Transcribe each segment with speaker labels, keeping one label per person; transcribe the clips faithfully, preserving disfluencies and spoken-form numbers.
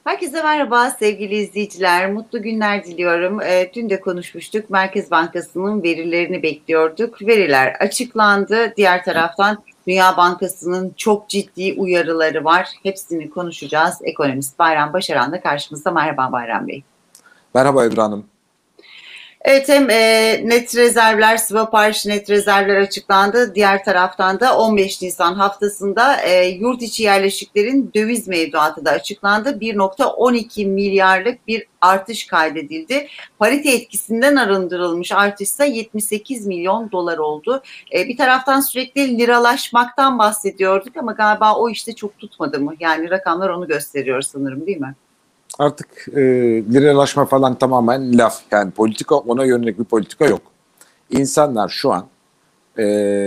Speaker 1: Herkese merhaba sevgili izleyiciler. Mutlu günler diliyorum. E, dün de konuşmuştuk. Merkez Bankası'nın verilerini bekliyorduk. Veriler açıklandı. Diğer taraftan Dünya Bankası'nın çok ciddi uyarıları var. Hepsini konuşacağız. Ekonomist Bayram Başaran da karşımızda. Merhaba Bayram Bey.
Speaker 2: Merhaba Ebru Hanım.
Speaker 1: Evet, hem e, net rezervler, swap hariç net rezervler açıklandı. Diğer taraftan da on beş Nisan haftasında e, yurt içi yerleşiklerin döviz mevduatı da açıklandı. bir nokta on iki milyarlık bir artış kaydedildi. Parite etkisinden arındırılmış artışsa yetmiş sekiz milyon dolar oldu. E, bir taraftan sürekli liralaşmaktan bahsediyorduk ama galiba o işte çok tutmadı mı? Yani rakamlar onu gösteriyor sanırım, değil mi?
Speaker 2: Artık e, liralaşma falan tamamen laf. Yani politika, ona yönelik bir politika yok. İnsanlar şu an e,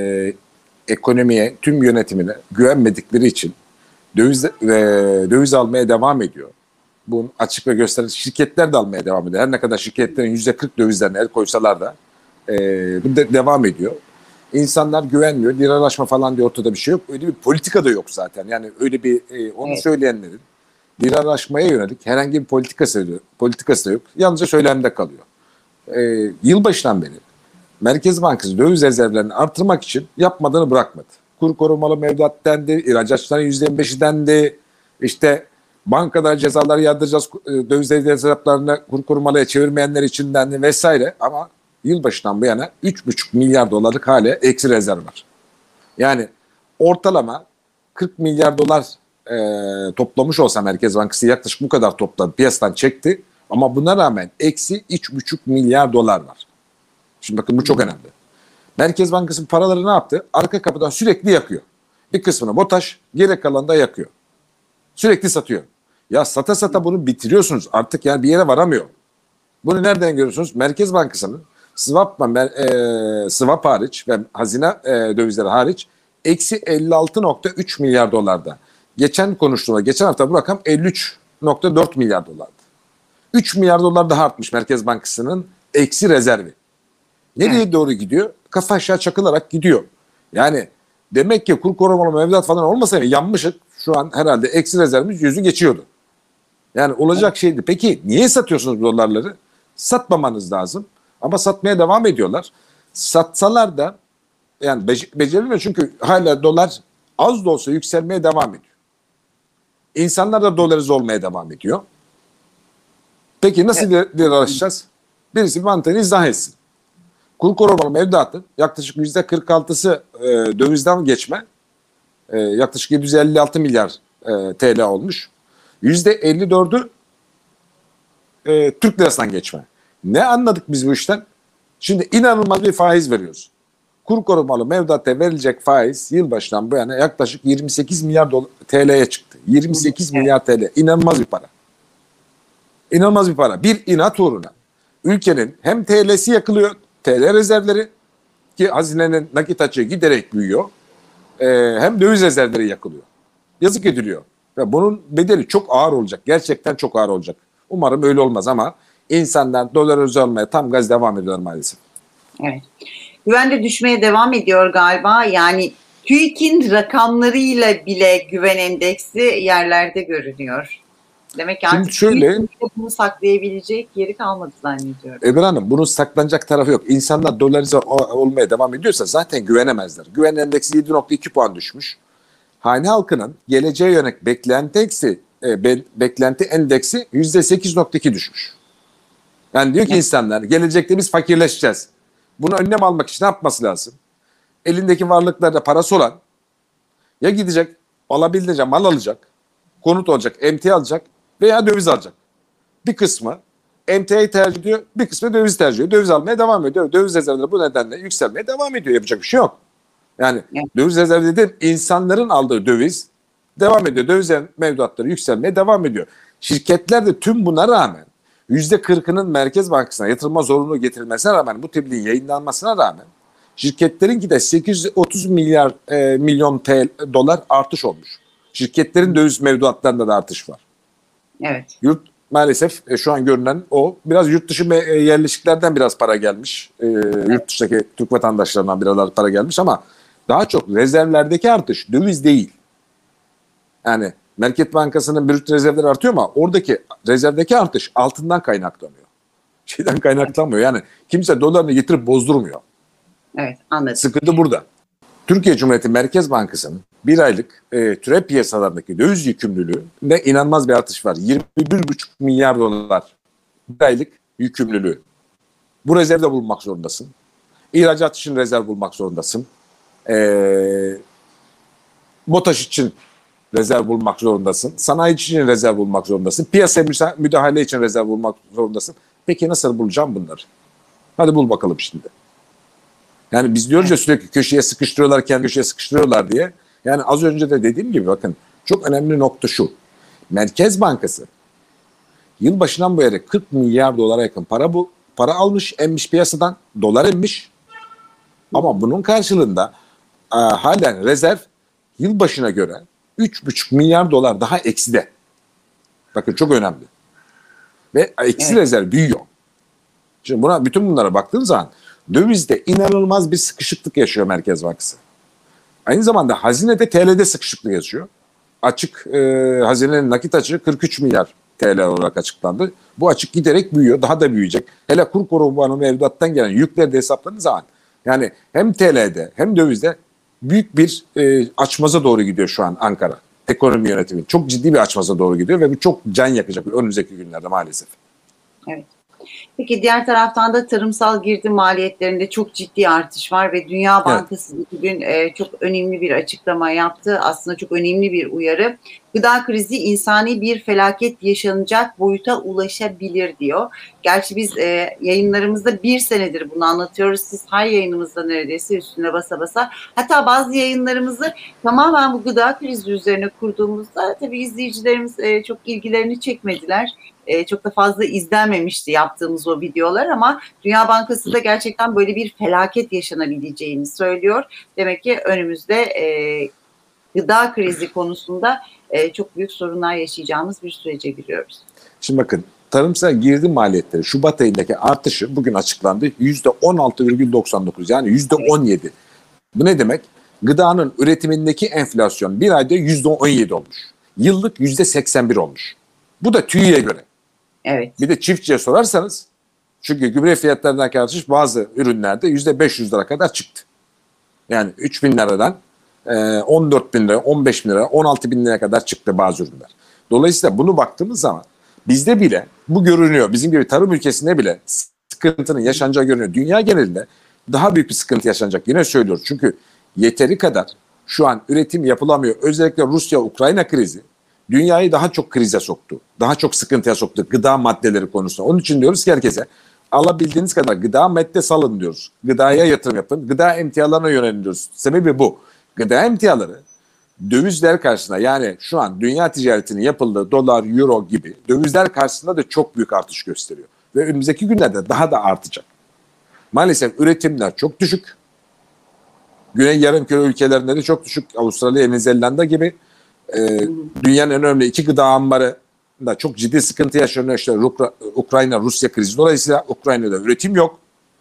Speaker 2: ekonomiye, tüm yönetimine güvenmedikleri için döviz ve döviz almaya devam ediyor. Bunun açık ve gösterişli, şirketler de almaya devam ediyor. Her ne kadar şirketlerin yüzde kırk dövizlerine el koysalar da e, bu de devam ediyor. İnsanlar güvenmiyor. Liralaşma falan diye ortada bir şey yok. Öyle bir politika da yok zaten. Yani öyle bir e, onu
Speaker 1: Evet.
Speaker 2: söyleyenlerin liralaşmaya yönelik herhangi bir politikası, politikası da yok. Yalnızca söylemde kalıyor. Ee, yılbaşından beri Merkez Bankası döviz rezervlerini artırmak için yapmadığını bırakmadı. Kur korumalı mevduat dendi, ihracatçıların yüzde yirmi beşi dendi, işte bankadan cezalar yağdıracağız, döviz rezervlerini kur korumalıya çevirmeyenler için dendi vesaire. Ama yılbaşından bu yana üç buçuk milyar dolarlık hale eksi rezerv var. Yani ortalama kırk milyar dolar e, toplamış olsa Merkez Bankası yaklaşık bu kadar topladı, piyasadan çekti. Ama buna rağmen eksi üç buçuk milyar dolar var. Şimdi bakın bu çok önemli. Merkez Bankası paraları ne yaptı? Arka kapıdan sürekli yakıyor. Bir kısmını BOTAŞ, geri kalanı da yakıyor. Sürekli satıyor. Ya sata sata bunu bitiriyorsunuz. Artık yani bir yere varamıyor. Bunu nereden görüyorsunuz? Merkez Bankası'nın swap, e, swap hariç ve hazine e, dövizleri hariç eksi elli altı nokta üç milyar dolarda. Geçen konuştuğumda, geçen hafta bu rakam elli üç nokta dört milyar dolardı. üç milyar dolar daha artmış Merkez Bankası'nın eksi rezervi. Nereye
Speaker 1: Evet.
Speaker 2: doğru gidiyor? Kafa aşağı çakılarak gidiyor. Yani demek ki kur korumalı mevduat falan olmasa yanmışık. Şu an herhalde eksi rezervimiz yüzü geçiyordu. Yani olacak şeydi. Peki niye satıyorsunuz bu dolarları? Satmamanız lazım. Ama satmaya devam ediyorlar. Satsalar da yani bec- beceremiyor çünkü hala dolar az da olsa yükselmeye devam ediyor. İnsanlar da dolarize olmaya devam ediyor. Peki nasıl liralaşacağız? Birisi bir mantığını izah etsin. Kur korumalı mevduatın yaklaşık yüzde kırk altısı e, dövizden geçme. E, yaklaşık yedi yüz elli altı milyar e, T L olmuş. yüzde elli dördü e, Türk lirasından geçme. Ne anladık biz bu işten? Şimdi inanılmaz bir faiz veriyoruz. Kur korumalı mevduatta verilecek faiz yılbaşından bu yana yaklaşık yirmi sekiz milyar T L'ye çıktı. yirmi sekiz milyar T L. İnanılmaz bir para. İnanılmaz bir para. Bir inat uğruna ülkenin hem T L'si yakılıyor, T L rezervleri ki hazinenin nakit açığı giderek büyüyor, e, hem döviz rezervleri yakılıyor. Yazık ediliyor. Ve bunun bedeli çok ağır olacak. Gerçekten çok ağır olacak. Umarım öyle olmaz ama insanlar dolar olmaya tam gaz devam ediyorlar maalesef.
Speaker 1: Evet. Güven de düşmeye devam ediyor galiba. Yani TÜİK'in rakamlarıyla bile güven endeksi yerlerde görünüyor. Demek ki
Speaker 2: Şimdi
Speaker 1: artık TÜİK'in
Speaker 2: şöyle,
Speaker 1: bunu saklayabilecek yeri kalmadı zannediyorum.
Speaker 2: Ebru Hanım, bunun saklanacak tarafı yok. İnsanlar dolarize olmaya devam ediyorsa zaten güvenemezler. Güven endeksi yedi nokta iki puan düşmüş. Hane halkının geleceğe yönelik beklenti endeksi, e, be, beklenti endeksi yüzde sekiz nokta iki düşmüş. Yani diyor ki
Speaker 1: Evet.
Speaker 2: insanlar gelecekte biz fakirleşeceğiz. Bunu önlem almak için ne yapması lazım? Elindeki varlıklarda parası olan ya gidecek alabildiğince mal alacak, konut olacak, emtia alacak veya döviz alacak. Bir kısmı emtiayı tercih ediyor, bir kısmı döviz tercih ediyor. Döviz almaya devam ediyor. Döviz rezervleri bu nedenle yükselmeye devam ediyor. Yapacak bir şey yok. Yani
Speaker 1: Evet.
Speaker 2: döviz rezervi dediğim insanların aldığı döviz devam ediyor. Döviz mevduatları yükselmeye devam ediyor. Şirketler de tüm buna rağmen yüzde kırkının Merkez Bankası'na yatırılma zorunluluğu getirilmesine rağmen, bu tebliğin yayınlanmasına rağmen şirketlerinki de sekiz yüz otuz milyar e, milyon T L, dolar artış olmuş. Şirketlerin döviz mevduatlarında da artış var.
Speaker 1: Evet.
Speaker 2: Yurt maalesef e, şu an görünen o. Biraz yurt dışı e, yerleşiklerden biraz para gelmiş. E, yurt dışındaki Türk vatandaşlarından biraz para gelmiş ama daha çok rezervlerdeki artış döviz değil. Yani Merkez Bankası'nın brüt rezervleri artıyor ama oradaki rezervdeki artış altından kaynaklanıyor. Şeyden kaynaklanmıyor. Yani kimse dolarını getirip bozdurmuyor.
Speaker 1: Evet, anladım.
Speaker 2: Sıkıntı burada. Türkiye Cumhuriyeti Merkez Bankası'nın bir aylık e, türev piyasalarındaki döviz yükümlülüğünde inanılmaz bir artış var. yirmi bir buçuk milyar dolar bir aylık yükümlülüğü. Bu rezervde bulunmak zorundasın. İhracat için rezerv bulmak zorundasın. E, BOTAŞ için rezerv bulmak zorundasın. Sanayi için rezerv bulmak zorundasın. Piyasaya müdahale için rezerv bulmak zorundasın. Peki nasıl bulacağım bunları? Hadi bul bakalım şimdi. Yani biz diyoruz ya sürekli köşeye sıkıştırıyorlar, kendi köşeye sıkıştırıyorlar diye. Yani az önce de dediğim gibi bakın çok önemli nokta şu. Merkez Bankası yılbaşından bu yana kırk milyar dolara yakın para bu para almış, emmiş piyasadan, dolar emmiş. Ama bunun karşılığında e, halen rezerv yılbaşına göre üç buçuk milyar dolar daha ekside. Bakın çok önemli. Ve eksi evet. rezerv büyüyor. Şimdi buna bütün bunlara baktığın zaman dövizde inanılmaz bir sıkışıklık yaşıyor Merkez Bankası. Aynı zamanda hazinede T L'de sıkışıklık yaşıyor. Açık e, hazinenin nakit açığı kırk üç milyar T L olarak açıklandı. Bu açık giderek büyüyor, daha da büyüyecek. Hele kur korumalı mevduattan gelen yükleri de hesapladığınız zaman yani hem T L'de hem dövizde büyük bir e, açmaza doğru gidiyor şu an Ankara. Ekonomi yönetimi çok ciddi bir açmaza doğru gidiyor ve bu çok can yakacak önümüzdeki günlerde maalesef.
Speaker 1: Evet. Peki diğer taraftan da tarımsal girdi maliyetlerinde çok ciddi artış var ve Dünya Bankası evet. bugün e, çok önemli bir açıklama yaptı. Aslında çok önemli bir uyarı. Gıda krizi insani bir felaket yaşanacak boyuta ulaşabilir diyor. Gerçi biz e, yayınlarımızda bir senedir bunu anlatıyoruz. Siz her yayınımızda neredeyse üstüne basa basa. Hatta bazı yayınlarımızı tamamen bu gıda krizi üzerine kurduğumuzda tabii izleyicilerimiz e, çok ilgilerini çekmediler. E, çok da fazla izlenmemişti yaptığımız o videolar ama Dünya Bankası da gerçekten böyle bir felaket yaşanabileceğini söylüyor. Demek ki önümüzde e, gıda krizi konusunda e, çok büyük sorunlar yaşayacağımız bir sürece giriyoruz.
Speaker 2: Şimdi bakın tarımsal girdi maliyetleri Şubat ayındaki artışı bugün açıklandı. yüzde on altı virgül doksan dokuz yani yüzde on yedi. Bu ne demek? Gıdanın üretimindeki enflasyon bir ayda yüzde on yedi olmuş. Yıllık yüzde seksen bir olmuş. Bu da TÜİ'ye göre. Evet. Bir de çiftçiye sorarsanız çünkü gübre fiyatlarındaki artış bazı ürünlerde yüzde beş yüz lira kadar çıktı. Yani üç bin liradan on dört bin lira, on beş bin lira, on altı bin liraya kadar çıktı bazı ürünler. Dolayısıyla bunu baktığımız zaman bizde bile bu görünüyor. Bizim gibi tarım ülkesinde bile sıkıntının yaşanacağı görünüyor. Dünya genelinde daha büyük bir sıkıntı yaşanacak. Yine söylüyoruz. Çünkü yeteri kadar şu an üretim yapılamıyor. Özellikle Rusya-Ukrayna krizi dünyayı daha çok krize soktu. Daha çok sıkıntıya soktu gıda maddeleri konusunda. Onun için diyoruz ki herkese alabildiğiniz kadar gıda madde salın diyoruz. Gıdaya yatırım yapın. Gıda emtialarına yönelin diyoruz. Sebebi bu. Gıda emtiaları dövizler karşısında yani şu an dünya ticaretinin yapıldığı dolar, euro gibi dövizler karşısında da çok büyük artış gösteriyor. Ve önümüzdeki günlerde daha da artacak. Maalesef üretimler çok düşük. Güney yarımküre ülkelerinde de çok düşük. Avustralya, Yeni Zelanda gibi. Ee, dünyanın en önemli iki gıda ambarı da çok ciddi sıkıntı yaşanıyor. İşte Ukra- Ukrayna, Rusya krizi. Dolayısıyla Ukrayna'da üretim yok.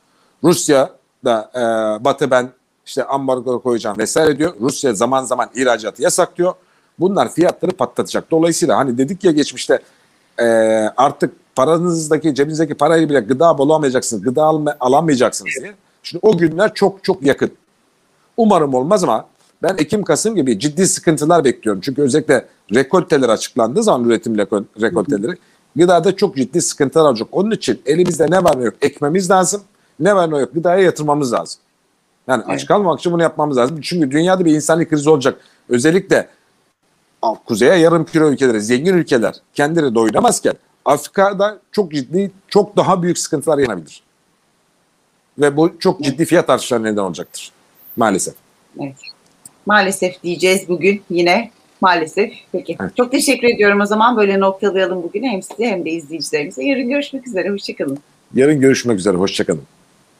Speaker 2: Rusya'da e, Batı ben işte ambargo koyacağım vesaire diyor. Rusya zaman zaman ihracatı yasaklıyor. Bunlar fiyatları patlatacak. Dolayısıyla hani dedik ya geçmişte e, artık paranızdaki cebinizdeki parayla bile gıda bulamayacaksınız, gıda alma, alamayacaksınız diye. Şimdi o günler çok çok yakın. Umarım olmaz ama ben Ekim-Kasım gibi ciddi sıkıntılar bekliyorum. Çünkü özellikle rekolteler açıklandığı zaman üretim rekolteleri gıdada çok ciddi sıkıntılar olacak. Onun için elimizde ne var ne yok ekmemiz lazım. Ne var ne yok gıdaya yatırmamız lazım. Yani evet. Aç kalmamak için bunu yapmamız lazım. Çünkü dünyada bir insani kriz olacak. Özellikle kuzeye yarımküre ülkeleri, zengin ülkeler kendileri doyuramazken Afrika'da çok ciddi, çok daha büyük sıkıntılar yanabilir. Ve bu çok ciddi fiyat artışlarına neden olacaktır. Maalesef.
Speaker 1: Evet. Maalesef diyeceğiz bugün yine. Maalesef. Peki. Evet. Çok teşekkür ediyorum o zaman. Böyle noktalayalım bugün hem size hem de izleyicilerimize. Yarın görüşmek üzere. Hoşçakalın.
Speaker 2: Yarın görüşmek üzere. Hoşçakalın.